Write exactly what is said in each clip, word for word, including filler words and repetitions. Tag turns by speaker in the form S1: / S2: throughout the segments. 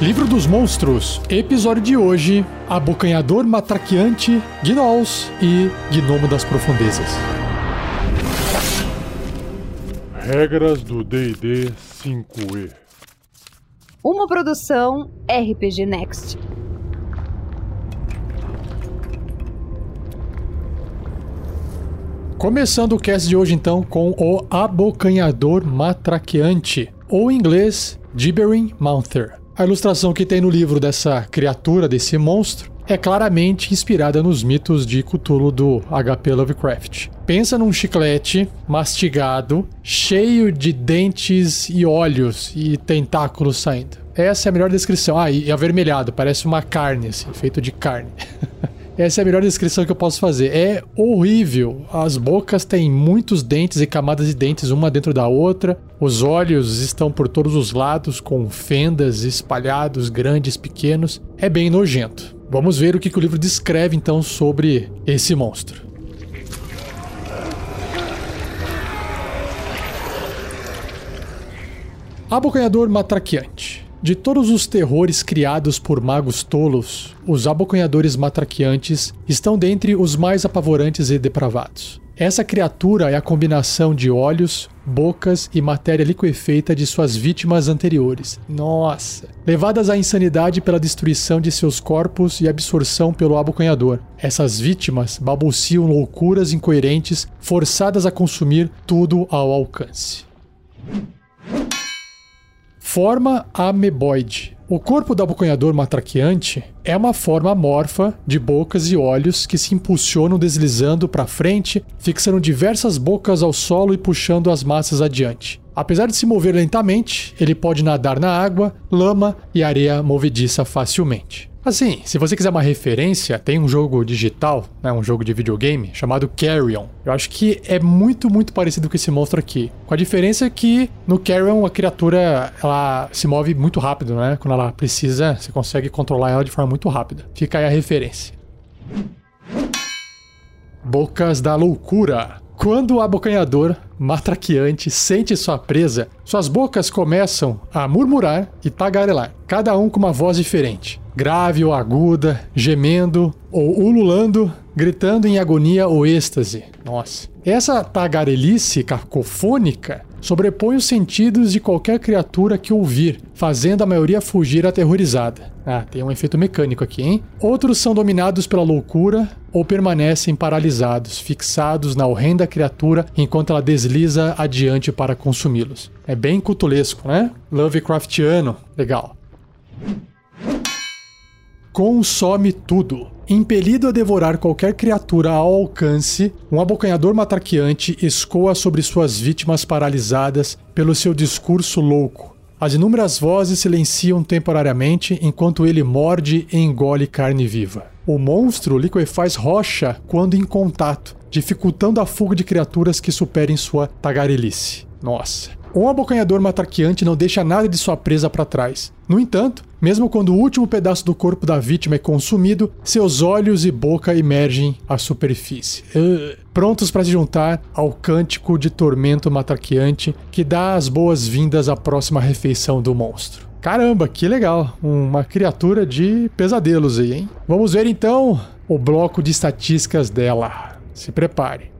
S1: Livro dos Monstros, episódio de hoje, Abocanhador Matraqueante, Gnolls e Gnomo das Profundezas.
S2: Regras do D e D cinco E.
S3: Uma produção R P G Next.
S1: Começando o cast de hoje então com o Abocanhador Matraqueante, ou em inglês, Gibbering Mouther. A ilustração que tem no livro dessa criatura, desse monstro, é claramente inspirada nos mitos de Cthulhu do H P Lovecraft. Pensa num chiclete mastigado, cheio de dentes e olhos e tentáculos saindo. Essa é a melhor descrição. Ah, e avermelhado, parece uma carne, assim, feito de carne. Essa é a melhor descrição que eu posso fazer. É horrível. As bocas têm muitos dentes e camadas de dentes, uma dentro da outra. Os olhos estão por todos os lados, com fendas espalhados, grandes, pequenos. É bem nojento. Vamos ver o que, que o livro descreve, então, sobre esse monstro. Abocanhador Matraqueante. De todos os terrores criados por magos tolos, os abocanhadores matraqueantes estão dentre os mais apavorantes e depravados. Essa criatura é a combinação de olhos, bocas e matéria liquefeita de suas vítimas anteriores. Nossa! Levadas à insanidade pela destruição de seus corpos e absorção pelo abocanhador. Essas vítimas balbuciam loucuras incoerentes, forçadas a consumir tudo ao alcance. Forma ameboide. O corpo do abocanhador matraqueante é uma forma amorfa de bocas e olhos que se impulsionam deslizando para frente, fixando diversas bocas ao solo e puxando as massas adiante. Apesar de se mover lentamente, ele pode nadar na água, lama e areia movediça facilmente. Assim, se você quiser uma referência, tem um jogo digital, né, um jogo de videogame, chamado Carrion. Eu acho que é muito, muito parecido com esse monstro aqui. Com a diferença que no Carrion a criatura ela se move muito rápido, né? Quando ela precisa, você consegue controlar ela de forma muito rápida. Fica aí a referência. Bocas da Loucura. Quando o abocanhador matraqueante sente sua presa, suas bocas começam a murmurar e tagarelar, cada um com uma voz diferente, grave ou aguda, gemendo ou ululando, gritando em agonia ou êxtase. Nossa. Essa tagarelice cacofônica sobrepõe os sentidos de qualquer criatura que ouvir, fazendo a maioria fugir aterrorizada. Ah, tem um efeito mecânico aqui, hein? Outros são dominados pela loucura ou permanecem paralisados, fixados na horrenda criatura enquanto ela desliza adiante para consumi-los. É bem cutulesco, né? Lovecraftiano. Legal. Consome tudo. Impelido a devorar qualquer criatura ao alcance, um abocanhador matraqueante escoa sobre suas vítimas paralisadas pelo seu discurso louco. As inúmeras vozes silenciam temporariamente enquanto ele morde e engole carne viva. O monstro liquefaz rocha quando em contato, dificultando a fuga de criaturas que superem sua tagarelice. Nossa. Um abocanhador matraqueante não deixa nada de sua presa para trás. No entanto, mesmo quando o último pedaço do corpo da vítima é consumido, seus olhos e boca emergem à superfície, uh, prontos para se juntar ao cântico de tormento matraqueante que dá as boas-vindas à próxima refeição do monstro. Caramba, que legal! Uma criatura de pesadelos aí, hein? Vamos ver então o bloco de estatísticas dela. Se prepare.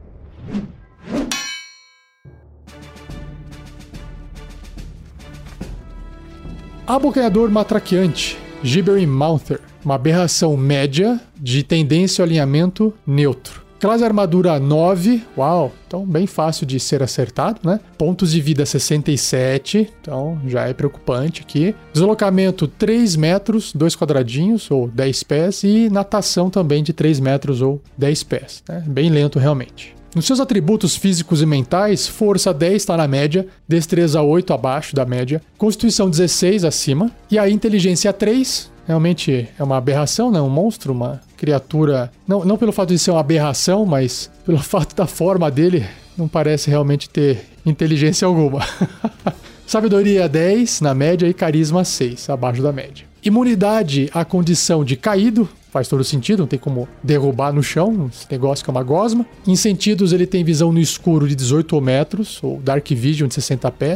S1: Abocanhador matraqueante, Gibbering Mouther, uma aberração média de tendência ao alinhamento neutro. Classe armadura nove, uau, então bem fácil de ser acertado, né? Pontos de vida sessenta e sete, então já é preocupante aqui. Deslocamento três metros, dois quadradinhos ou dez pés e natação também de três metros ou dez pés, né? Bem lento realmente. Nos seus atributos físicos e mentais, força dez está na média, destreza oito abaixo da média, constituição dezesseis acima, e a inteligência três, realmente é uma aberração, né? Um monstro, uma criatura, não, não pelo fato de ser uma aberração, mas pelo fato da forma dele, não parece realmente ter inteligência alguma. Sabedoria dez na média e carisma seis, abaixo da média. Imunidade à condição de caído, faz todo sentido, não tem como derrubar no chão, esse negócio que é uma gosma. Em sentidos, ele tem visão no escuro de dezoito metros, ou Dark Vision de sessenta pés.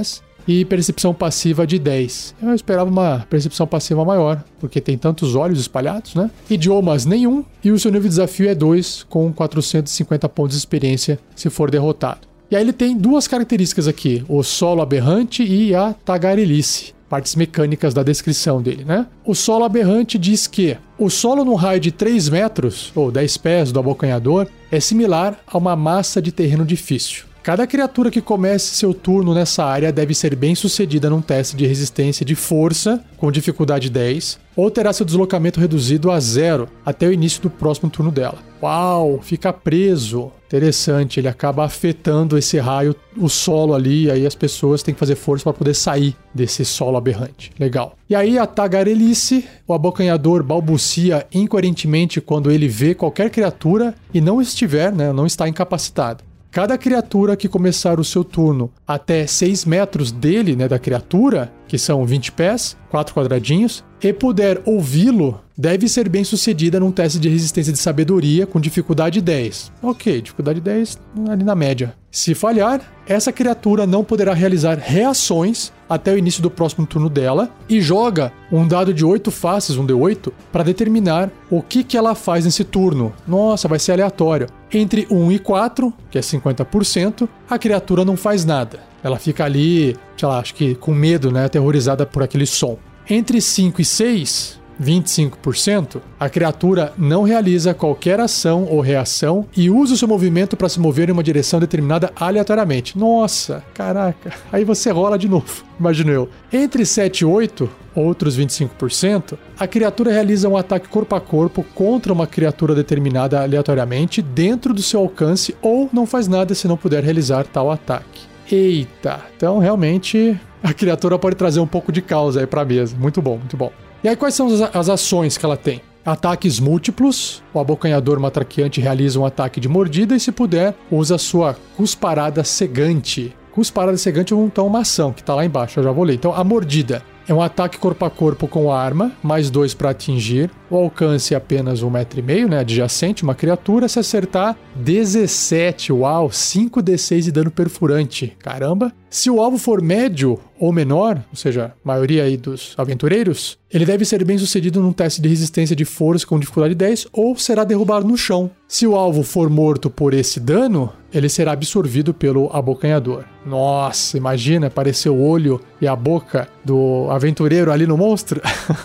S1: e percepção passiva de dez. Eu esperava uma percepção passiva maior, porque tem tantos olhos espalhados, né? Idiomas nenhum, e o seu nível de desafio é dois, com quatrocentos e cinquenta pontos de experiência se for derrotado. E aí ele tem duas características aqui, o solo aberrante e a tagarelice. Partes mecânicas da descrição dele, né? O solo aberrante diz que o solo num raio de três metros, ou dez pés do abocanhador, é similar a uma massa de terreno difícil. Cada criatura que comece seu turno nessa área deve ser bem sucedida num teste de resistência de força, com dificuldade dez, ou terá seu deslocamento reduzido a zero até o início do próximo turno dela. Uau, fica preso. Interessante, ele acaba afetando esse raio, o solo ali, e aí as pessoas têm que fazer força para poder sair desse solo aberrante. Legal. E aí a tagarelice, o abocanhador balbucia incoerentemente quando ele vê qualquer criatura e não estiver, né, não está incapacitado. Cada criatura que começar o seu turno até seis metros dele, né, da criatura, que são vinte pés, quatro quadradinhos, e puder ouvi-lo, deve ser bem sucedida num teste de resistência de sabedoria com dificuldade dez. Ok, dificuldade dez ali na média. Se falhar, essa criatura não poderá realizar reações até o início do próximo turno dela e joga um dado de oito faces, um D oito, para determinar o que, que ela faz nesse turno. Nossa, vai ser aleatório. Entre um e quatro, que é cinquenta por cento, a criatura não faz nada. Ela fica ali, sei lá, acho que com medo, né, aterrorizada por aquele som. Entre cinco e seis, vinte e cinco por cento, a criatura não realiza qualquer ação ou reação e usa o seu movimento para se mover em uma direção determinada aleatoriamente. Nossa, caraca, aí você rola de novo, imagino eu. Entre sete e oito, outros vinte e cinco por cento, a criatura realiza um ataque corpo a corpo contra uma criatura determinada aleatoriamente dentro do seu alcance ou não faz nada se não puder realizar tal ataque. Eita, então realmente a criatura pode trazer um pouco de caos aí pra mesa. Muito bom, muito bom. E aí quais são as ações que ela tem? Ataques múltiplos, o abocanhador matraqueante realiza um ataque de mordida e se puder, usa sua cusparada cegante. Cusparada cegante é então uma ação que tá lá embaixo, eu já vou ler. Então a mordida é um ataque corpo a corpo com arma, mais dois para atingir. O alcance é apenas um metro e meio, né? Adjacente, uma criatura. Se acertar, dezessete. Uau, cinco D seis de dano perfurante. Caramba. Se o alvo for médio ou menor, ou seja, a maioria aí dos aventureiros, ele deve ser bem sucedido num teste de resistência de força com dificuldade dez ou será derrubado no chão. Se o alvo for morto por esse dano, ele será absorvido pelo abocanhador. Nossa, imagina aparecer o olho e a boca do aventureiro ali no monstro.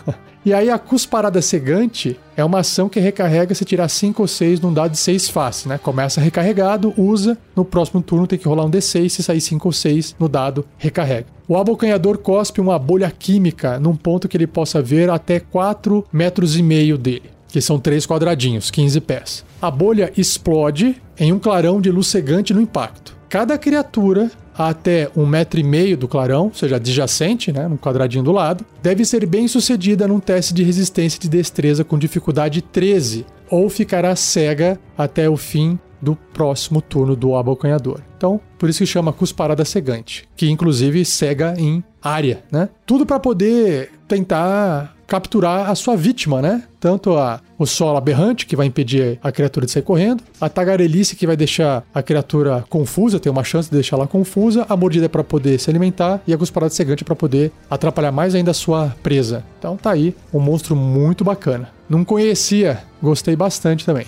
S1: E aí a cusparada cegante é uma ação que recarrega se tirar cinco ou seis num dado de seis faces, né? Começa recarregado, usa, no próximo turno tem que rolar um D seis, se sair cinco ou seis no dado, recarrega. O abocanhador cospe uma bolha química num ponto que ele possa ver até quatro metros e meio dele, que são três quadradinhos, quinze pés. A bolha explode em um clarão de luz cegante no impacto. Cada criatura até um metro e meio do clarão, ou seja, adjacente, né, no quadradinho do lado, deve ser bem sucedida num teste de resistência de destreza com dificuldade treze, ou ficará cega até o fim do próximo turno do abocanhador. Então, por isso que chama cusparada cegante, que inclusive cega em área, né? Tudo para poder tentar capturar a sua vítima, né? Tanto a, o solo aberrante, que vai impedir a criatura de sair correndo, a tagarelice, que vai deixar a criatura confusa, tem uma chance de deixar ela confusa, a mordida é para poder se alimentar e a cusparada cegante é para poder atrapalhar mais ainda a sua presa. Então tá aí, um monstro muito bacana. Não conhecia, gostei bastante também.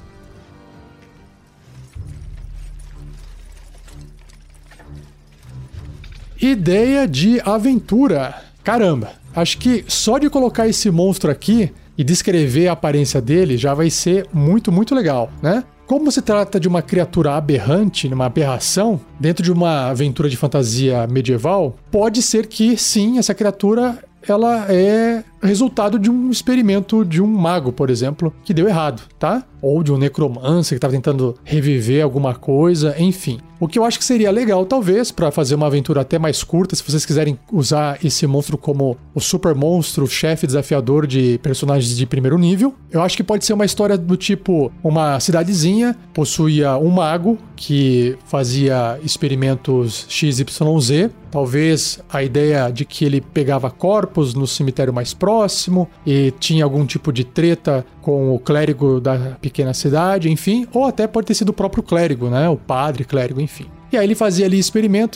S1: Ideia de aventura. Caramba, acho que só de colocar esse monstro aqui e descrever a aparência dele já vai ser muito, muito legal, né? Como se trata de uma criatura aberrante, uma aberração, dentro de uma aventura de fantasia medieval, pode ser que sim, essa criatura ela é resultado de um experimento de um mago, por exemplo, que deu errado, tá? Ou de um necromancer que estava tentando reviver alguma coisa, enfim. O que eu acho que seria legal, talvez, para fazer uma aventura até mais curta, se vocês quiserem usar esse monstro como o super monstro, chefe desafiador de personagens de primeiro nível, eu acho que pode ser uma história do tipo, uma cidadezinha possuía um mago que fazia experimentos X Y Z, talvez a ideia de que ele pegava corpos no cemitério mais próximo e tinha algum tipo de treta com o clérigo da pequena cidade, enfim, ou até pode ter sido o próprio clérigo, né? O padre, clérigo, enfim. E aí ele fazia ali experimentos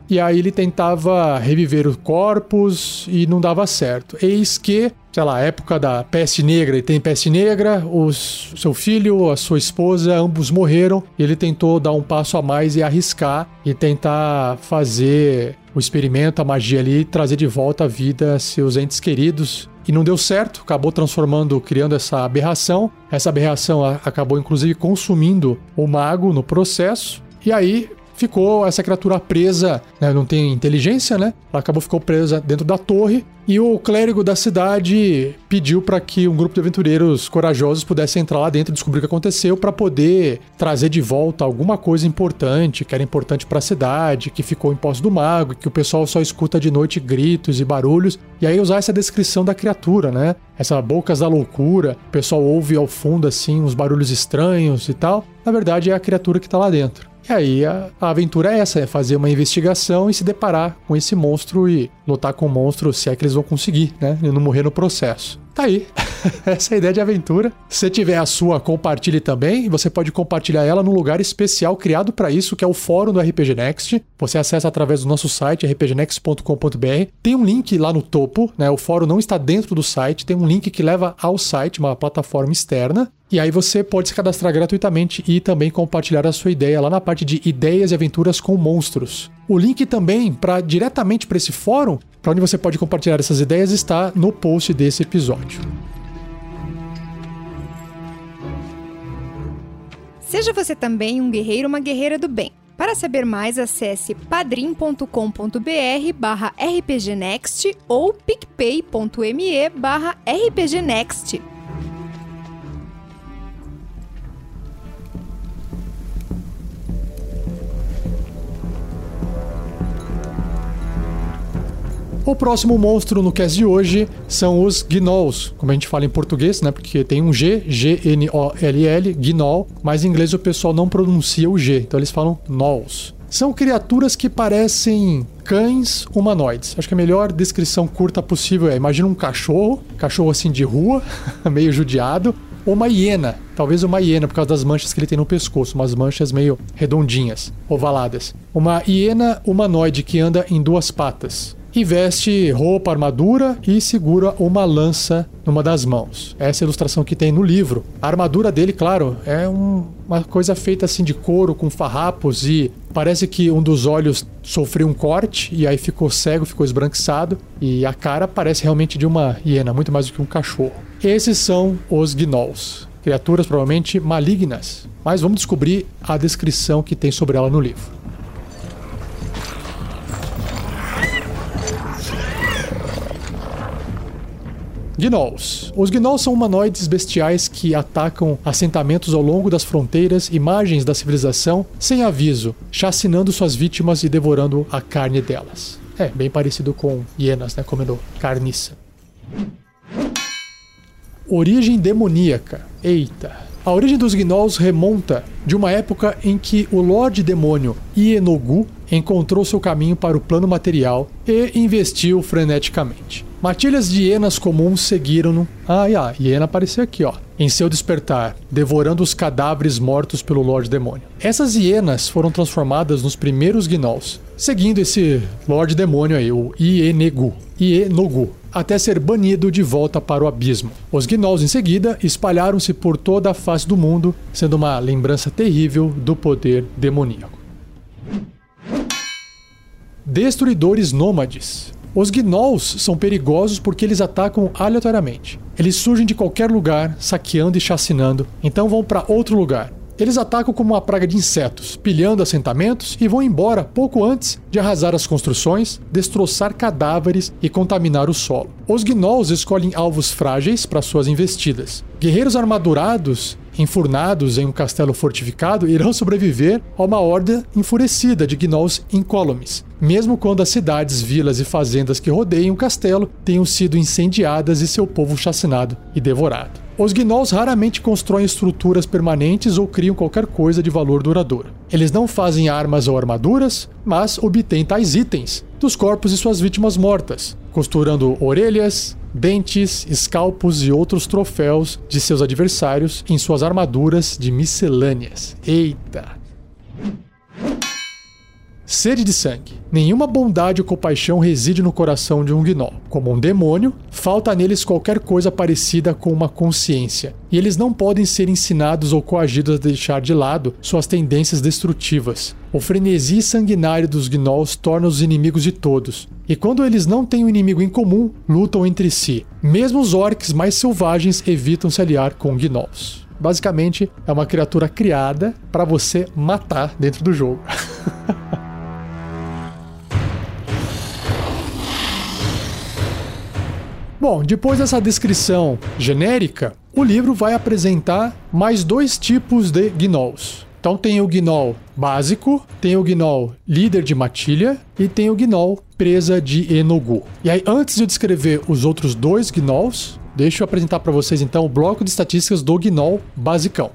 S1: e aí ele tentava reviver os corpos e não dava certo. Eis que, sei lá, época da peste negra, ele tem peste negra, os, seu filho, a sua esposa, ambos morreram, e ele tentou dar um passo a mais e arriscar e tentar fazer o experimento, a magia ali, e trazer de volta à vida seus entes queridos. E não deu certo, acabou transformando, criando essa aberração. Essa aberração acabou inclusive consumindo o mago no processo, e aí ficou essa criatura presa, né? Não tem inteligência, né? Ela acabou ficou presa dentro da torre, e o clérigo da cidade pediu para que um grupo de aventureiros corajosos pudesse entrar lá dentro e descobrir o que aconteceu, para poder trazer de volta alguma coisa importante, que era importante para a cidade, que ficou em posse do mago, que o pessoal só escuta de noite gritos e barulhos, e aí usar essa descrição da criatura, né? Essa bocas da loucura, o pessoal ouve ao fundo assim uns barulhos estranhos e tal. Na verdade é a criatura que tá lá dentro. E aí a, a aventura é essa, é fazer uma investigação e se deparar com esse monstro e lutar com o monstro, se é que eles vão conseguir, né? E não morrer no processo. Tá aí, essa é a ideia de aventura. Se tiver a sua, compartilhe também. E você pode compartilhar ela num lugar especial criado para isso, que é o fórum do R P G Next. Você acessa através do nosso site, r p g next ponto com ponto b r. Tem um link lá no topo, né? O fórum não está dentro do site, tem um link que leva ao site, uma plataforma externa. E aí você pode se cadastrar gratuitamente e também compartilhar a sua ideia lá na parte de ideias e aventuras com monstros. O link também para diretamente para esse fórum, para onde você pode compartilhar essas ideias, está no post desse episódio.
S4: Seja você também um guerreiro ou uma guerreira do bem. Para saber mais, acesse padrim ponto com ponto b r barra r p g next ou picpay ponto m e barra r p g next.
S1: O próximo monstro no cast de hoje são os Gnolls, como a gente fala em português, né? Porque tem um G, G N O L L, Gnoll, mas em inglês o pessoal não pronuncia o G, então eles falam Gnolls. São criaturas que parecem cães humanoides. Acho que a melhor descrição curta possível é: imagina um cachorro, cachorro assim de rua, meio judiado, ou uma hiena, talvez uma hiena por causa das manchas que ele tem no pescoço, umas manchas meio redondinhas, ovaladas. Uma hiena humanoide que anda em duas patas e veste roupa, armadura e segura uma lança numa das mãos. Essa é a ilustração que tem no livro. A armadura dele, claro, é um, uma coisa feita assim de couro com farrapos, e parece que um dos olhos sofreu um corte e aí ficou cego, ficou esbranquiçado, e a cara parece realmente de uma hiena, muito mais do que um cachorro. Esses são os Gnolls, criaturas provavelmente malignas, mas vamos descobrir a descrição que tem sobre ela no livro. Gnolls. Os Gnolls são humanoides bestiais que atacam assentamentos ao longo das fronteiras e margens da civilização sem aviso, chacinando suas vítimas e devorando a carne delas. É, bem parecido com hienas, né? Comendo carniça. Origem demoníaca. Eita. A origem dos Gnolls remonta de uma época em que o Lorde Demônio Ienogu encontrou seu caminho para o plano material e investiu freneticamente. Matilhas de hienas comuns seguiram-no. Ah, e a hiena apareceu aqui, ó. Em seu despertar, devorando os cadáveres mortos pelo Lorde Demônio. Essas hienas foram transformadas nos primeiros Gnolls, seguindo esse Lorde Demônio aí, o Ienogu. Ienogu, até ser banido de volta para o abismo. Os Gnolls, em seguida, espalharam-se por toda a face do mundo, sendo uma lembrança terrível do poder demoníaco. Destruidores nômades. Os Gnolls são perigosos porque eles atacam aleatoriamente. Eles surgem de qualquer lugar, saqueando e chacinando, então vão para outro lugar. Eles atacam como uma praga de insetos, pilhando assentamentos, e vão embora pouco antes de arrasar as construções, destroçar cadáveres e contaminar o solo. Os Gnolls escolhem alvos frágeis para suas investidas. Guerreiros armadurados, enfurnados em um castelo fortificado, irão sobreviver a uma horda enfurecida de Gnolls incólumes, mesmo quando as cidades, vilas e fazendas que rodeiam o castelo tenham sido incendiadas e seu povo chacinado e devorado. Os Gnolls raramente constroem estruturas permanentes ou criam qualquer coisa de valor duradouro. Eles não fazem armas ou armaduras, mas obtêm tais itens dos corpos de suas vítimas mortas, costurando orelhas, dentes, escalpos e outros troféus de seus adversários em suas armaduras de miscelâneas. Eita! Sede de sangue. Nenhuma bondade ou compaixão reside no coração de um Gnoll. Como um demônio, falta neles qualquer coisa parecida com uma consciência, e eles não podem ser ensinados ou coagidos a deixar de lado suas tendências destrutivas. O frenesi sanguinário dos Gnolls torna os inimigos de todos, e quando eles não têm um inimigo em comum, lutam entre si. Mesmo os orcs mais selvagens evitam se aliar com Gnolls. Basicamente, é uma criatura criada para você matar dentro do jogo. Bom, depois dessa descrição genérica, o livro vai apresentar mais dois tipos de Gnolls. Então tem o Gnoll básico, tem o Gnoll líder de matilha e tem o Gnoll presa de Enogu. E aí, antes de eu descrever os outros dois Gnolls, deixa eu apresentar para vocês então o bloco de estatísticas do Gnoll basicão.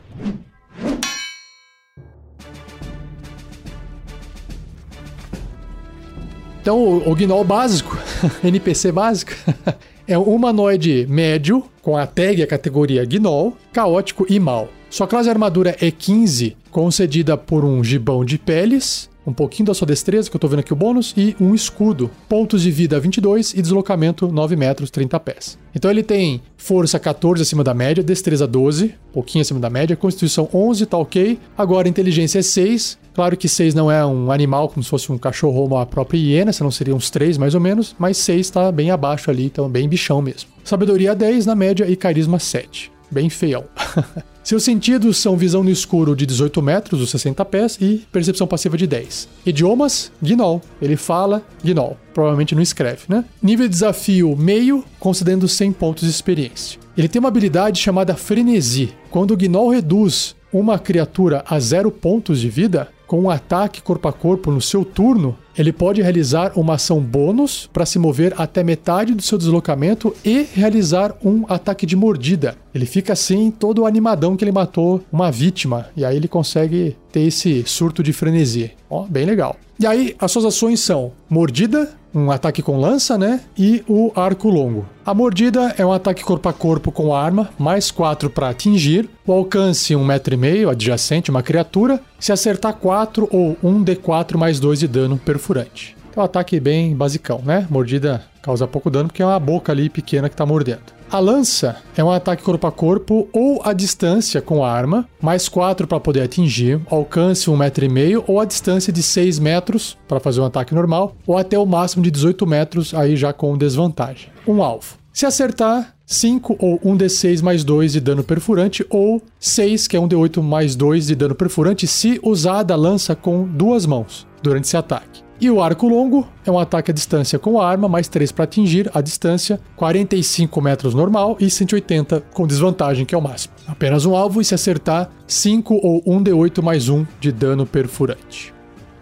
S1: Então, o, o Gnoll básico, N P C básico, é um humanoide médio, com a tag e a categoria Gnoll, caótico e mau. Sua classe de armadura é quinze, concedida por um gibão de peles, um pouquinho da sua destreza, que eu tô vendo aqui o bônus, e um escudo. Pontos de vida vinte e dois e deslocamento nove metros, trinta pés. Então ele tem força quatorze acima da média, destreza doze, pouquinho acima da média, constituição onze, tá ok. Agora inteligência é seis. Claro que seis não é um animal como se fosse um cachorro ou uma própria hiena, senão seriam uns três mais ou menos, mas seis tá bem abaixo ali, então bem bichão mesmo. Sabedoria dez na média e carisma sete. Bem feião. Seus sentidos são visão no escuro de dezoito metros, os sessenta pés, e percepção passiva de dez. Idiomas, Gnoll. Ele fala Gnoll. Provavelmente não escreve, né? Nível de desafio meio, concedendo cem pontos de experiência. Ele tem uma habilidade chamada Frenesi. Quando o Gnoll reduz uma criatura a zero pontos de vida, com um ataque corpo a corpo no seu turno, ele pode realizar uma ação bônus para se mover até metade do seu deslocamento e realizar um ataque de mordida. Ele fica assim, todo animadão que ele matou uma vítima, e aí ele consegue ter esse surto de frenesi. Ó, bem legal. E aí, as suas ações são mordida, um ataque com lança, né? E o arco longo. A mordida é um ataque corpo a corpo com arma, mais quatro para atingir. O alcance um metro e meio, adjacente, uma criatura. Se acertar quatro ou um D quatro mais dois de dano perfurante. Então, ataque bem basicão, né? Mordida causa pouco dano porque é uma boca ali pequena que tá mordendo. A lança é um ataque corpo a corpo ou à distância com a arma, mais quatro para poder atingir, alcance um metro e meio ou a distância de seis metros para fazer um ataque normal, ou até o máximo de dezoito metros, aí já com desvantagem. Um alvo. Se acertar, cinco ou um D seis mais dois de dano perfurante, ou seis, que é um D oito mais dois de dano perfurante, se usada a lança com duas mãos durante esse ataque. E o arco longo é um ataque à distância com arma, mais três para atingir a distância, quarenta e cinco metros normal e cento e oitenta com desvantagem, que é o máximo. Apenas um alvo e se acertar, cinco ou um D oito mais um de dano perfurante.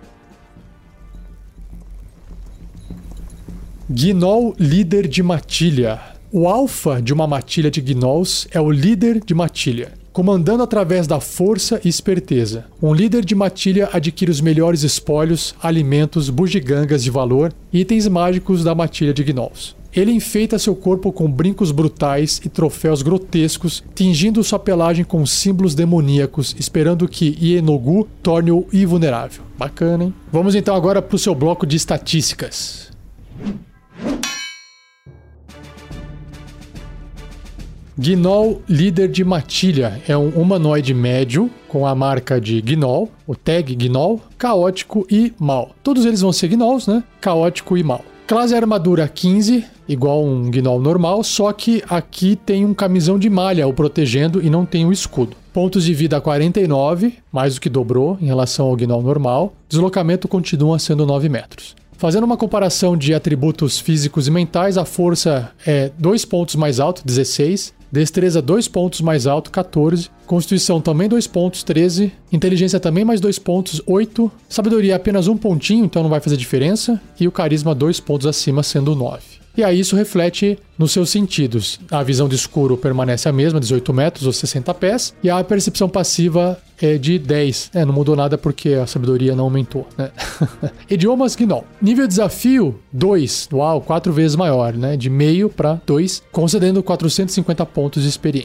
S1: Gnoll líder de matilha. O alfa de uma matilha de Gnolls é o líder de matilha, comandando através da força e esperteza. Um líder de matilha adquire os melhores espólios, alimentos, bugigangas de valor e itens mágicos da matilha de Gnolls. Ele enfeita seu corpo com brincos brutais e troféus grotescos, tingindo sua pelagem com símbolos demoníacos, esperando que Enogu torne-o invulnerável. Bacana, hein? Vamos então agora para o seu bloco de estatísticas. Gnoll líder de matilha é um humanoide médio com a marca de Gnoll, o tag Gnoll, caótico e mau. Todos eles vão ser Gnolls, né? Caótico e mau. Classe armadura quinze, igual um Gnoll normal, só que aqui tem um camisão de malha o protegendo e não tem o escudo. Pontos de vida quarenta e nove, mais do que dobrou em relação ao Gnoll normal. Deslocamento continua sendo nove metros. Fazendo uma comparação de atributos físicos e mentais, a força é dois pontos mais alto, dezesseis. Destreza dois pontos mais alto, quatorze. Constituição também dois pontos, treze. Inteligência também mais dois pontos, oito. Sabedoria apenas um pontinho, então não vai fazer diferença. E o carisma dois pontos acima, sendo nove. E aí isso reflete nos seus sentidos. A visão de escuro permanece a mesma, dezoito metros ou sessenta pés. E a percepção passiva é de dez. É, não mudou nada porque a sabedoria não aumentou, né? Idiomas, Gnoll. Nível de desafio, dois. Uau, quatro vezes maior, né? De meio para dois, concedendo quatrocentos e cinquenta pontos de experiência.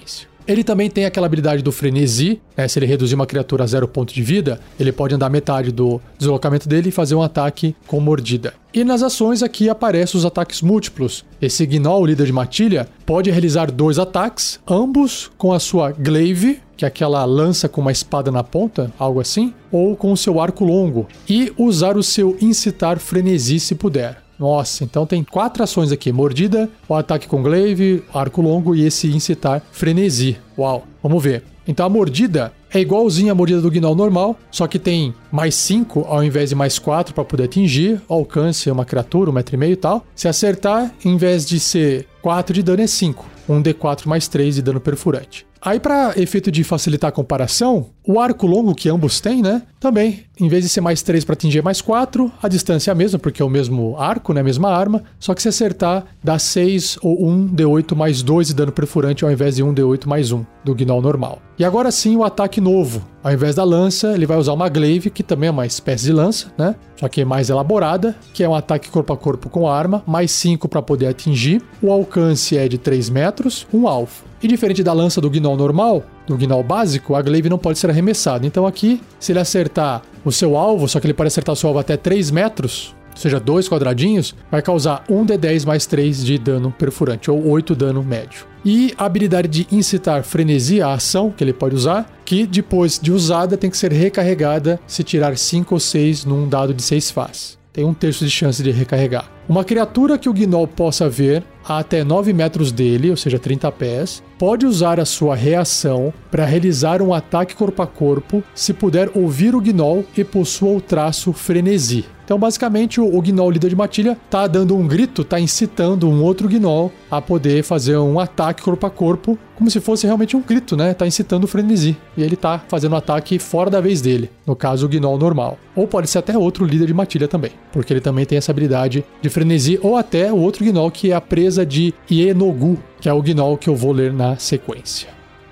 S1: Ele também tem aquela habilidade do frenesi, né? Se ele reduzir uma criatura a zero ponto de vida, ele pode andar metade do deslocamento dele e fazer um ataque com mordida. E nas ações aqui aparecem os ataques múltiplos. Esse Gnoll, líder de matilha, pode realizar dois ataques, ambos com a sua glaive, que é aquela lança com uma espada na ponta, algo assim, ou com o seu arco longo, e usar o seu incitar frenesi se puder. Nossa, então tem quatro ações aqui: mordida, o ataque com glaive, arco longo e esse incitar frenesi. Uau, vamos ver. Então a mordida é igualzinha à mordida do Gnoll normal, só que tem mais cinco ao invés de mais quatro para poder atingir, alcance uma criatura, um metro e meio e tal. Se acertar, em vez de ser quatro de dano é cinco, um D quatro mais três de dano perfurante. Aí, para efeito de facilitar a comparação, o arco longo que ambos têm, né? Também, em vez de ser mais três para atingir, é mais quatro. A distância é a mesma, porque é o mesmo arco, né? A mesma arma. Só que se acertar, dá seis ou um D oito mais dois de dano perfurante, ao invés de um D oito mais um do Gnoll normal. E agora sim, o ataque novo. Ao invés da lança, ele vai usar uma glaive, que também é uma espécie de lança, né? Só que é mais elaborada, que é um ataque corpo a corpo com arma, mais cinco para poder atingir. O alcance é de três metros, um alvo. E diferente da lança do Gnoll normal, do Gnoll básico, a glaive não pode ser arremessada. Então aqui, se ele acertar o seu alvo, só que ele pode acertar o seu alvo até três metros, ou seja, dois quadradinhos, vai causar um D dez mais três de dano perfurante, ou oito dano médio. E a habilidade de incitar frenesi, a ação que ele pode usar, que depois de usada tem que ser recarregada se tirar cinco ou seis num dado de seis faces. Tem um terço de chance de recarregar. Uma criatura que o Gnoll possa ver a até nove metros dele, ou seja, trinta pés, pode usar a sua reação para realizar um ataque corpo a corpo se puder ouvir o Gnoll e possua o traço frenesi. Então, basicamente, o, o Gnoll líder de matilha tá dando um grito, tá incitando um outro Gnoll a poder fazer um ataque corpo a corpo, como se fosse realmente um grito, né? Tá incitando o frenesi. E ele tá fazendo um ataque fora da vez dele, no caso, o Gnoll normal. Ou pode ser até outro líder de matilha também, porque ele também tem essa habilidade de frenesi, ou até o outro Gnoll que é a presa de Ienogu, que é o Gnoll que eu vou ler na sequência.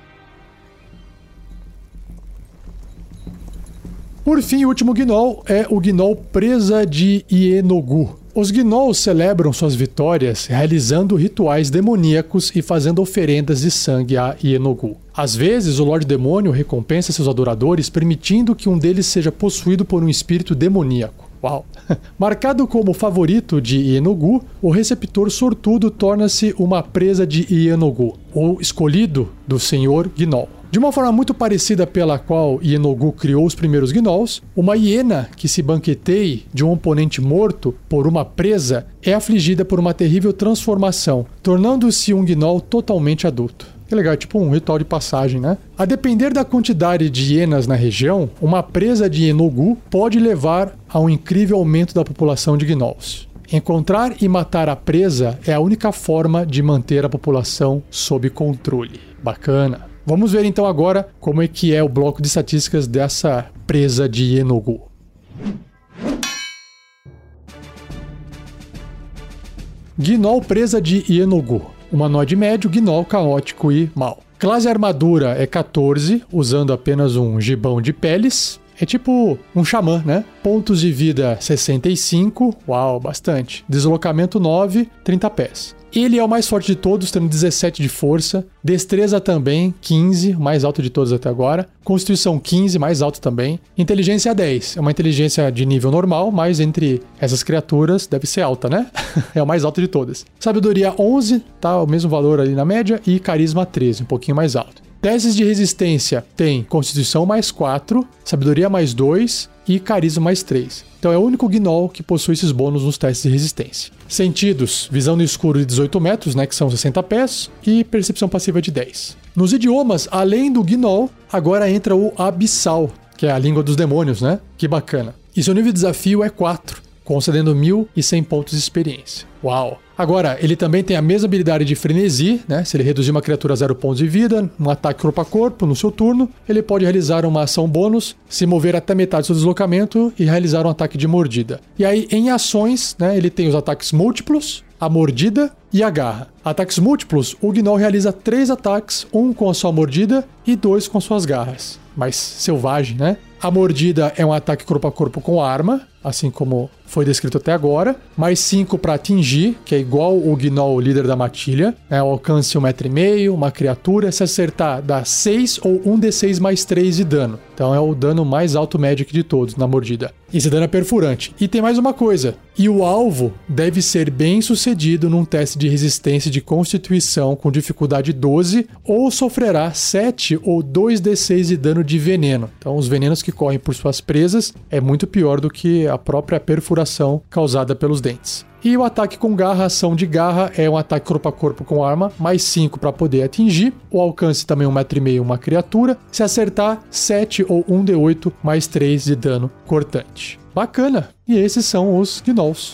S1: Por fim, o último Gnoll é o Gnoll presa de Ienogu. Os Gnolls celebram suas vitórias realizando rituais demoníacos e fazendo oferendas de sangue a Ienogu. Às vezes, o Lorde Demônio recompensa seus adoradores permitindo que um deles seja possuído por um espírito demoníaco. Uau! Marcado como favorito de Ienogu, o receptor sortudo torna-se uma presa de Ienogu, ou escolhido do Senhor Gnoll. De uma forma muito parecida pela qual Ienogu criou os primeiros Gnolls, uma hiena que se banqueteie de um oponente morto por uma presa é afligida por uma terrível transformação, tornando-se um Gnoll totalmente adulto. Que legal, tipo um ritual de passagem, né? A depender da quantidade de hienas na região, uma presa de Ienogu pode levar a um incrível aumento da população de Gnolls. Encontrar e matar a presa é a única forma de manter a população sob controle. Bacana. Vamos ver então agora como é que é o bloco de estatísticas dessa presa de Ienogu. Gnoll presa de Ienogu. Humanoide médio, Gnoll caótico e mau. Classe armadura é quatorze, usando apenas um gibão de peles. É tipo um xamã, né? Pontos de vida sessenta e cinco, uau, bastante. Deslocamento nove, trinta pés. Ele é o mais forte de todos, tendo dezessete de força. Destreza também, quinze, mais alto de todos até agora. Constituição quinze, mais alto também. Inteligência dez, é uma inteligência de nível normal, mas entre essas criaturas deve ser alta, né? É o mais alto de todas. Sabedoria onze, tá o mesmo valor ali na média. E carisma treze, um pouquinho mais alto. Testes de resistência tem Constituição mais quatro, Sabedoria mais dois e Carisma mais três. Então é o único Gnoll que possui esses bônus nos testes de resistência. Sentidos, visão no escuro de dezoito metros, né, que são sessenta pés, e percepção passiva de dez. Nos idiomas, além do Gnoll, agora entra o Abissal, que é a língua dos demônios, né? Que bacana. E seu nível de desafio é quatro, concedendo mil e cem pontos de experiência. Uau! Agora, ele também tem a mesma habilidade de frenesi, né? Se ele reduzir uma criatura a zero pontos de vida, um ataque corpo a corpo no seu turno, ele pode realizar uma ação bônus, se mover até metade do seu deslocamento e realizar um ataque de mordida. E aí, em ações, né, ele tem os ataques múltiplos, a mordida e a garra. Ataques múltiplos, o Gnoll realiza três ataques, um com a sua mordida e dois com suas garras. Mais selvagem, né? A mordida é um ataque corpo a corpo com arma, assim como foi descrito até agora, mais cinco para atingir, que é igual o Gnoll líder da matilha, né? Alcance um metro e meio, uma criatura, se acertar dá seis ou um d seis mais três de dano. Então é o dano mais alto Magic de todos na mordida. Esse dano é perfurante. E tem mais uma coisa, e o alvo deve ser bem sucedido num teste de resistência de constituição com dificuldade doze, ou sofrerá sete ou dois d seis de dano de veneno. Então os venenos que correm por suas presas é muito pior do que a própria perfuração causada pelos dentes. E o ataque com garra, ação de garra, é um ataque corpo a corpo com arma, mais cinco para poder atingir. O alcance também um metro e meio, uma criatura. Se acertar, sete ou um d oito mais três de dano cortante. Bacana! E esses são os Gnolls.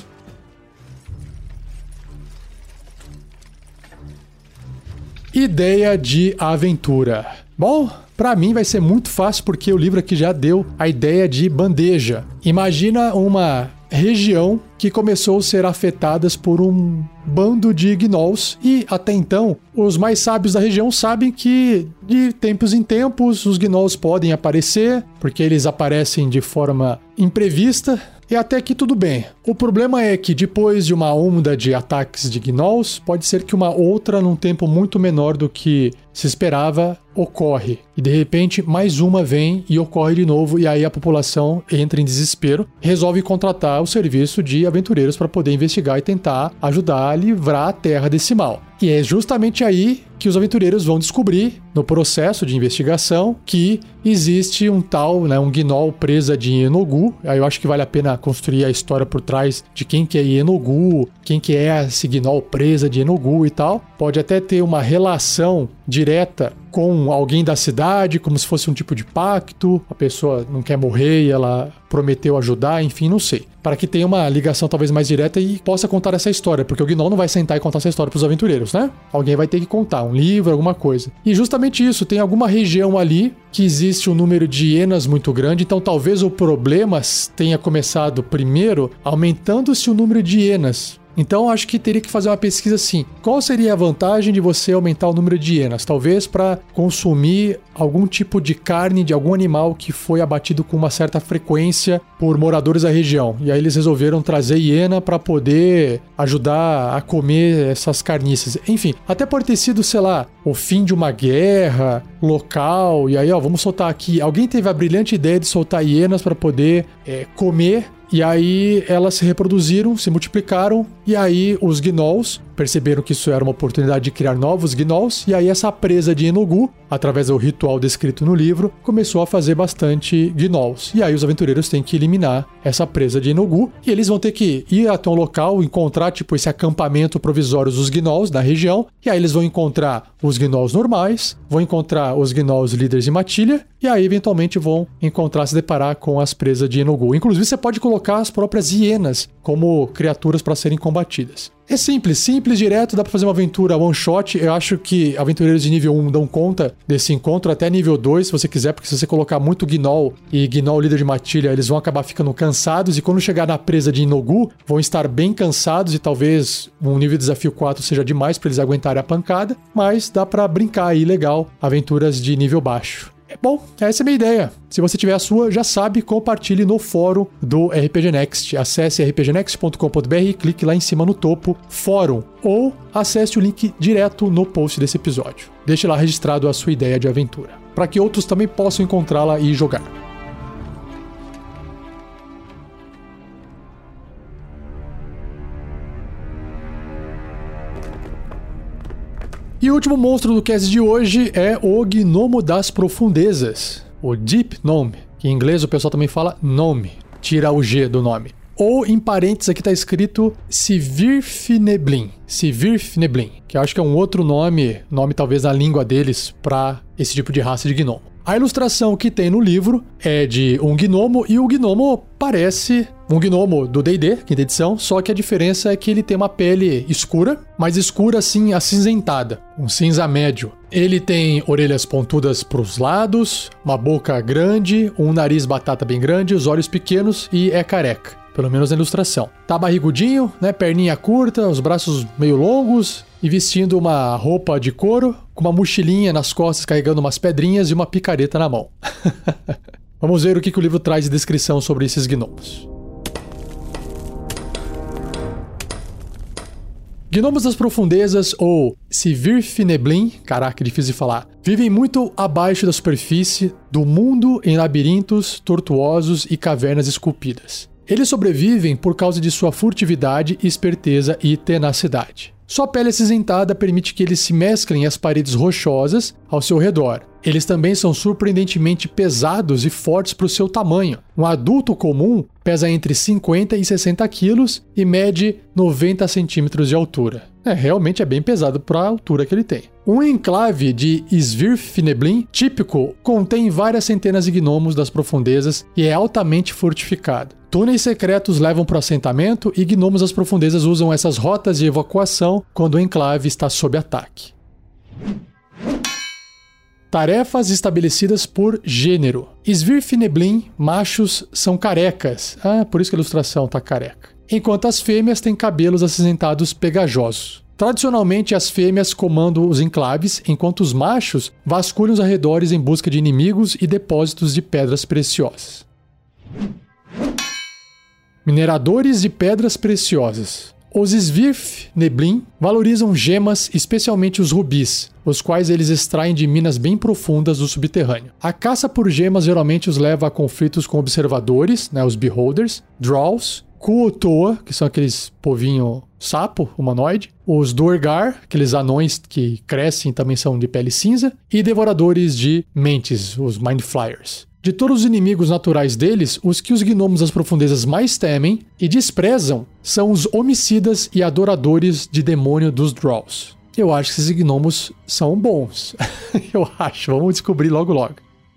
S1: Ideia de aventura. Bom, para mim vai ser muito fácil porque o livro aqui já deu a ideia de bandeja. Imagina uma região que começou a ser afetadas por um bando de Gnolls e até então os mais sábios da região sabem que de tempos em tempos os Gnolls podem aparecer porque eles aparecem de forma imprevista. E até aqui tudo bem. O problema é que depois de uma onda de ataques de Gnolls, pode ser que uma outra num tempo muito menor do que se esperava ocorre. E de repente mais uma vem e ocorre de novo e aí a população entra em desespero, resolve contratar o serviço de aventureiros para poder investigar e tentar ajudar a livrar a Terra desse mal. E é justamente aí que os aventureiros vão descobrir, no processo de investigação, que existe um tal, né, um Gnoll presa de Enogu. Aí eu acho que vale a pena construir a história por trás de quem que é Enogu, quem que é esse Gnoll presa de Enogu e tal. Pode até ter uma relação direta com alguém da cidade, como se fosse um tipo de pacto, a pessoa não quer morrer e ela prometeu ajudar, enfim, não sei. Para que tenha uma ligação talvez mais direta e possa contar essa história, porque o Gnoll não vai sentar e contar essa história para os aventureiros, né? Alguém vai ter que contar, um livro, alguma coisa. E justamente isso, tem alguma região ali que existe um número de hienas muito grande, então talvez o problema tenha começado primeiro aumentando-se o número de hienas. Então, acho que teria que fazer uma pesquisa assim. Qual seria a vantagem de você aumentar o número de hienas? Talvez para consumir algum tipo de carne de algum animal que foi abatido com uma certa frequência por moradores da região. E aí eles resolveram trazer hiena para poder ajudar a comer essas carniças. Enfim, até pode ter sido, sei lá, o fim de uma guerra local. E aí, ó, vamos soltar aqui. Alguém teve a brilhante ideia de soltar hienas para poder é, comer. E aí elas se reproduziram, se multiplicaram, e aí os Gnolls perceberam que isso era uma oportunidade de criar novos Gnolls, e aí essa presa de Enogu, através do ritual descrito no livro, começou a fazer bastante Gnolls. E aí os aventureiros têm que eliminar essa presa de Enogu, e eles vão ter que ir até um local, encontrar tipo esse acampamento provisório dos Gnolls da região, e aí eles vão encontrar os Gnolls normais, vão encontrar os Gnolls líderes de matilha, e aí eventualmente vão encontrar, se deparar com as presas de Enogu. Inclusive você pode colocar as próprias hienas como criaturas para serem combatidas. É simples, simples, direto, dá pra fazer uma aventura one shot. Eu acho que aventureiros de nível um dão conta desse encontro, até nível dois, se você quiser, porque se você colocar muito Gnoll e Gnoll líder de matilha, eles vão acabar ficando cansados, e quando chegar na presa de Enogu, vão estar bem cansados, e talvez um nível de desafio quatro seja demais pra eles aguentarem a pancada, mas dá pra brincar aí legal, aventuras de nível baixo. Bom, essa é a minha ideia. Se você tiver a sua, já sabe, compartilhe no fórum do R P G Next. Acesse r p g next ponto com ponto b r e clique lá em cima no topo, fórum, ou acesse o link direto no post desse episódio. Deixe lá registrado a sua ideia de aventura, para que outros também possam encontrá-la e jogar. E o último monstro do cast de hoje é o Gnomo das Profundezas, o Deep Gnome, que em inglês o pessoal também fala Gnome, tira o G do nome. Ou em parênteses aqui está escrito Svirfneblin, Svirfneblin, que eu acho que é um outro nome, nome talvez na língua deles, para esse tipo de raça de gnomo. A ilustração que tem no livro é de um gnomo, e o gnomo parece um gnomo do D e D, quinta edição, só que a diferença é que ele tem uma pele escura, mas escura assim, acinzentada, um cinza médio. Ele tem orelhas pontudas para os lados, uma boca grande, um nariz batata bem grande, os olhos pequenos e é careca, pelo menos na ilustração. Tá barrigudinho, né, perninha curta, os braços meio longos e vestindo uma roupa de couro, com uma mochilinha nas costas carregando umas pedrinhas e uma picareta na mão. Vamos ver o que, que o livro traz de descrição sobre esses gnomos. Gnomos das profundezas, ou Svirfneblin, caraca, difícil de falar, vivem muito abaixo da superfície do mundo em labirintos tortuosos e cavernas esculpidas. Eles sobrevivem por causa de sua furtividade, esperteza e tenacidade. Sua pele acinzentada permite que eles se mesclem às paredes rochosas ao seu redor. Eles também são surpreendentemente pesados e fortes para o seu tamanho. Um adulto comum pesa entre cinquenta e sessenta quilos e mede noventa centímetros de altura. É, realmente é bem pesado para a altura que ele tem. Um enclave de Svirfneblin típico contém várias centenas de gnomos das profundezas e é altamente fortificado. Túneis secretos levam para o assentamento e gnomos das profundezas usam essas rotas de evacuação quando o enclave está sob ataque. Tarefas estabelecidas por gênero. Svirfneblin machos são carecas. Ah, por isso que a ilustração está careca. Enquanto as fêmeas têm cabelos acinzentados pegajosos. Tradicionalmente, as fêmeas comandam os enclaves, enquanto os machos vasculham os arredores em busca de inimigos e depósitos de pedras preciosas. Mineradores de pedras preciosas. Os Svirfneblin valorizam gemas, especialmente os rubis, os quais eles extraem de minas bem profundas do subterrâneo. A caça por gemas geralmente os leva a conflitos com observadores, né, os Beholders, Drolls, Kuo-Toa, que são aqueles povinho sapo humanoide, os Duergar, aqueles anões que crescem e também são de pele cinza, e devoradores de mentes, os Mind Flayers. De todos os inimigos naturais deles, os que os gnomos das profundezas mais temem e desprezam são os homicidas e adoradores de demônio dos Drolls. Eu acho que esses gnomos são bons. Eu acho, vamos descobrir logo logo.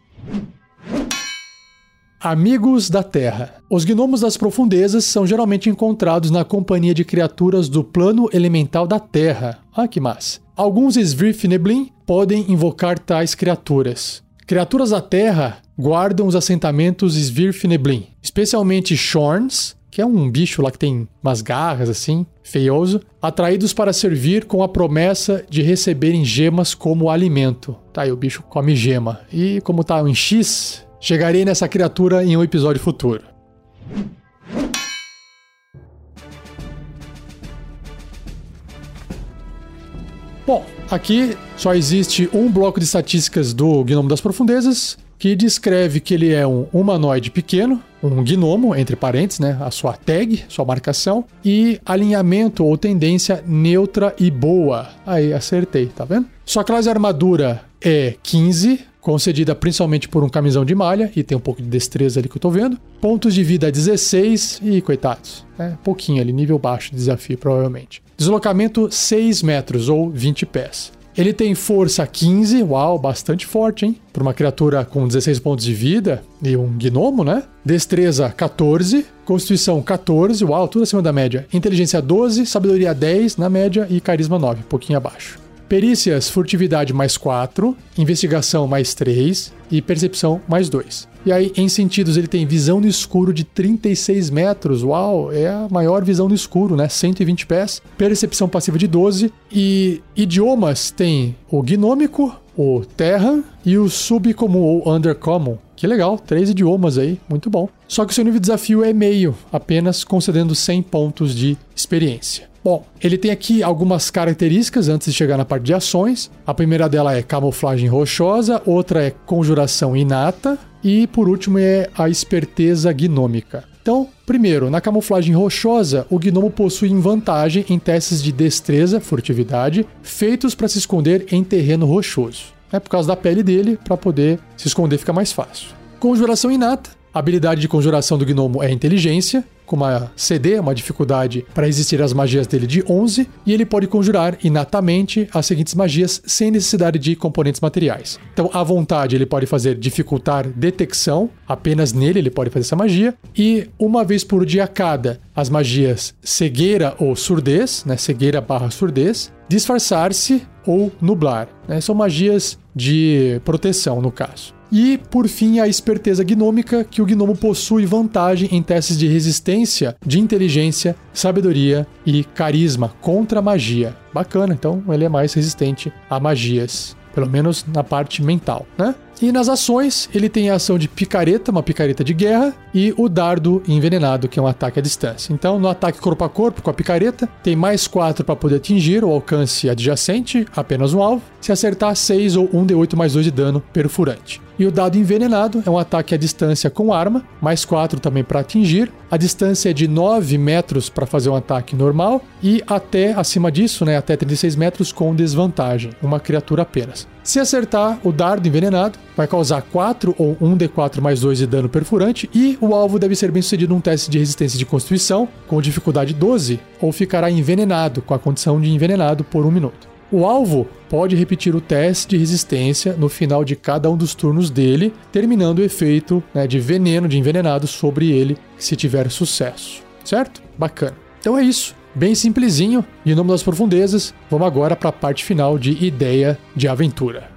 S1: Amigos da Terra. Os gnomos das profundezas são geralmente encontrados na companhia de criaturas do plano elemental da Terra. Ah, que massa. Alguns Svirfneblin podem invocar tais criaturas. Criaturas da Terra guardam os assentamentos Svirfneblin, especialmente Shorns, que é um bicho lá que tem umas garras assim, feioso, atraídos para servir com a promessa de receberem gemas como alimento. Tá aí, o bicho come gema. E como tá em X, chegarei nessa criatura em um episódio futuro. Bom, aqui só existe um bloco de estatísticas do Gnomo das Profundezas, que descreve que ele é um humanoide pequeno, um gnomo, entre parênteses, né, a sua tag, sua marcação, e alinhamento ou tendência neutra e boa. Aí, acertei, tá vendo? Sua classe armadura é quinze, concedida principalmente por um camisão de malha, e tem um pouco de destreza ali que eu tô vendo. Pontos de vida dezesseis, e coitados, é pouquinho ali, nível baixo de desafio, provavelmente. Deslocamento seis metros, ou vinte pés. Ele tem força quinze, uau, bastante forte, hein? Para uma criatura com dezesseis pontos de vida e um gnomo, né? Destreza quatorze, Constituição quatorze, uau, tudo acima da média. Inteligência doze, Sabedoria dez na média e Carisma nove, pouquinho abaixo. Perícias, Furtividade mais quatro, Investigação mais três e Percepção mais dois. E aí, em sentidos, ele tem visão no escuro de trinta e seis metros. Uau, é a maior visão no escuro, né? cento e vinte pés. Percepção passiva de doze. E idiomas tem o gnômico, o terran e o subcomum ou undercommon. Que legal, três idiomas aí, muito bom. Só que o seu nível de desafio é meio, apenas concedendo cem pontos de experiência. Bom, ele tem aqui algumas características antes de chegar na parte de ações. A primeira dela é camuflagem rochosa, outra é conjuração inata e, por último, é a esperteza gnômica. Então, primeiro, na camuflagem rochosa, o gnomo possui vantagem em testes de destreza, furtividade, feitos para se esconder em terreno rochoso. É por causa da pele dele, para poder se esconder fica mais fácil. Conjuração inata. A habilidade de conjuração do gnomo é inteligência, com uma C D, uma dificuldade para resistir às magias dele de onze, e ele pode conjurar inatamente as seguintes magias sem necessidade de componentes materiais. Então, à vontade, ele pode fazer dificultar detecção, apenas nele ele pode fazer essa magia, e uma vez por dia cada, as magias cegueira ou surdez, né, cegueira barra surdez, disfarçar-se ou nublar, né, são magias de proteção no caso. E, por fim, a esperteza gnômica, que o gnomo possui vantagem em testes de resistência, de inteligência, sabedoria e carisma contra a magia. Bacana, então ele é mais resistente a magias, pelo menos na parte mental, né? E nas ações, ele tem a ação de picareta, uma picareta de guerra, e o dardo envenenado, que é um ataque à distância. Então, no ataque corpo a corpo com a picareta, tem mais quatro para poder atingir o alcance adjacente, apenas um alvo. Se acertar, seis ou um D oito mais dois de dano perfurante. E o dado envenenado é um ataque à distância com arma, mais quatro também para atingir. A distância é de nove metros para fazer um ataque normal e até acima disso, né, até trinta e seis metros com desvantagem, uma criatura apenas. Se acertar, o dardo envenenado vai causar quatro ou um D quatro mais dois de dano perfurante e o alvo deve ser bem sucedido num teste de resistência de constituição com dificuldade doze ou ficará envenenado com a condição de envenenado por um minuto. O alvo pode repetir o teste de resistência no final de cada um dos turnos dele, terminando o efeito, né, de veneno, de envenenado sobre ele, se tiver sucesso. Certo? Bacana. Então é isso. Bem simplesinho. E em nome das profundezas, vamos agora para a parte final de ideia de aventura.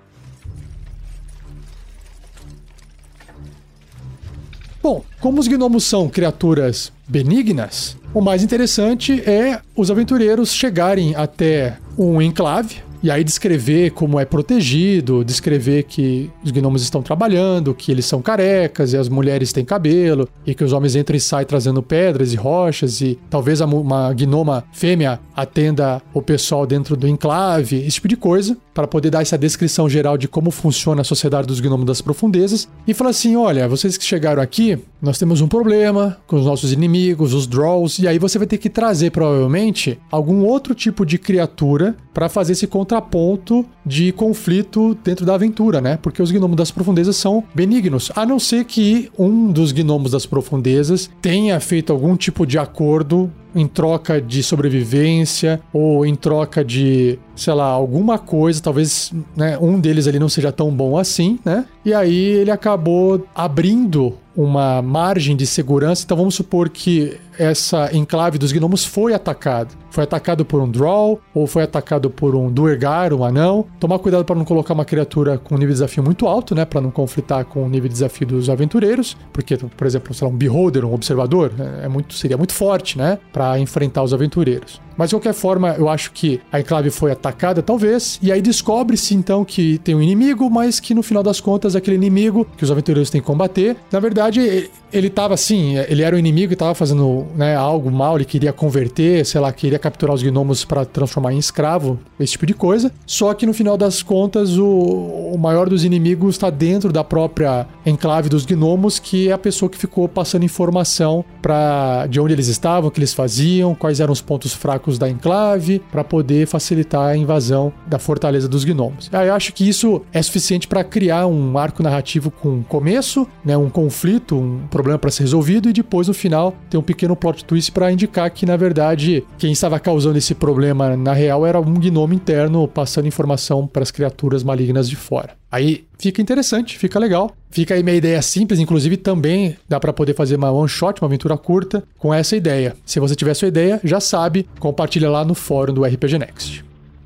S1: Bom, como os gnomos são criaturas benignas, o mais interessante é os aventureiros chegarem até um enclave e aí descrever como é protegido, descrever que os gnomos estão trabalhando, que eles são carecas e as mulheres têm cabelo, e que os homens entram e saem trazendo pedras e rochas, e talvez uma gnoma fêmea atenda o pessoal dentro do enclave, esse tipo de coisa, para poder dar essa descrição geral de como funciona a sociedade dos gnomos das profundezas, e falar assim, olha, vocês que chegaram aqui, nós temos um problema com os nossos inimigos, os Drolls, e aí você vai ter que trazer, provavelmente, algum outro tipo de criatura para fazer esse contraponto de conflito dentro da aventura, né? Porque os gnomos das profundezas são benignos, a não ser que um dos gnomos das profundezas tenha feito algum tipo de acordo em troca de sobrevivência ou em troca de, sei lá, alguma coisa, talvez, né, um deles ali não seja tão bom assim, né? E aí ele acabou abrindo uma margem de segurança. Então vamos supor que essa enclave dos gnomos foi atacada. Foi atacado por um Droll ou foi atacado por um Duergar, um anão. Tomar cuidado para não colocar uma criatura com um nível de desafio muito alto, né? Para não conflitar com o nível de desafio dos aventureiros. Porque, por exemplo, sei lá, um Beholder, um observador, é muito, seria muito forte, né? Para enfrentar os aventureiros. Mas de qualquer forma, eu acho que a enclave foi atacada, talvez, e aí descobre-se então que tem um inimigo, mas que no final das contas, aquele inimigo que os aventureiros têm que combater, na verdade, ele estava assim, ele era o inimigo e estava fazendo, né, algo mal, ele queria converter, sei lá, queria capturar os gnomos para transformar em escravo, esse tipo de coisa. Só que no final das contas, o, o maior dos inimigos está dentro da própria enclave dos gnomos, que é a pessoa que ficou passando informação para de onde eles estavam, o que eles faziam, quais eram os pontos fracos da enclave, para poder facilitar a invasão da fortaleza dos gnomos. Aí eu acho que isso é suficiente para criar um arco narrativo com começo, né, um conflito, um problema para ser resolvido, e depois no final ter um pequeno plot twist para indicar que na verdade quem estava causando esse problema na real era um gnomo interno passando informação para as criaturas malignas de fora. Aí fica interessante, fica legal. Fica aí minha ideia simples, inclusive também dá para poder fazer uma one shot, uma aventura curta com essa ideia. Se você tiver sua ideia, já sabe, compartilha lá no fórum do R P G Next.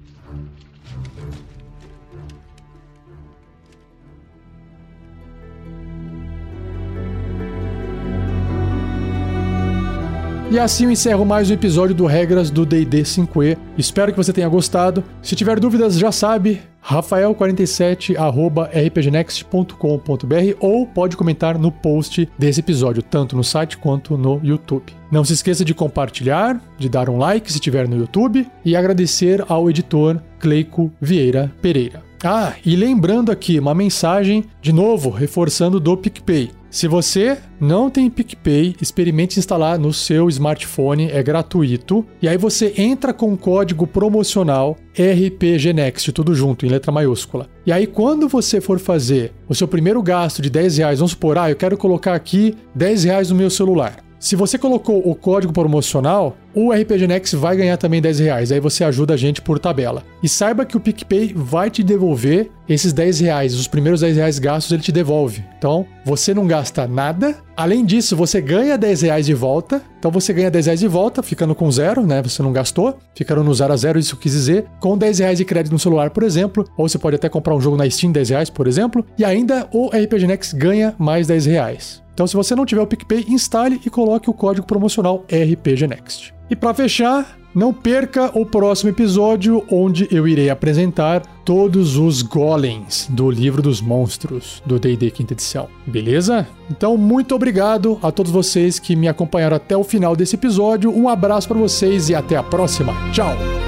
S1: E assim eu encerro mais um episódio do Regras do D e D cinco E. Espero que você tenha gostado. Se tiver dúvidas, já sabe, rafael quarenta e sete arroba r p g next ponto com ponto b r ou pode comentar no post desse episódio, tanto no site quanto no YouTube. Não se esqueça de compartilhar, de dar um like se estiver no YouTube e agradecer ao editor Cleico Vieira Pereira. Ah, e lembrando aqui uma mensagem, de novo, reforçando do PicPay. Se você não tem PicPay, experimente instalar no seu smartphone, é gratuito. E aí você entra com o código promocional R P G Next, tudo junto, em letra maiúscula. E aí quando você for fazer o seu primeiro gasto de dez reais, vamos supor, ah, eu quero colocar aqui dez reais no meu celular. Se você colocou o código promocional, o R P G Next vai ganhar também dez reais. Aí você ajuda a gente por tabela. E saiba que o PicPay vai te devolver esses dez reais. Os primeiros dez reais gastos ele te devolve. Então, você não gasta nada. Além disso, você ganha dez reais de volta. Então, você ganha dez reais de volta, ficando com zero, né? Você não gastou. Ficando no zero a zero, isso quis dizer. Com dez reais de crédito no celular, por exemplo. Ou você pode até comprar um jogo na Steam, dez reais, por exemplo. E ainda o R P G Next ganha mais dez reais. Então, se você não tiver o PicPay, instale e coloque o código promocional R P G Next. E para fechar, não perca o próximo episódio, onde eu irei apresentar todos os golems do Livro dos Monstros do D e D quinta edição. Beleza? Então, muito obrigado a todos vocês que me acompanharam até o final desse episódio. Um abraço para vocês e até a próxima. Tchau!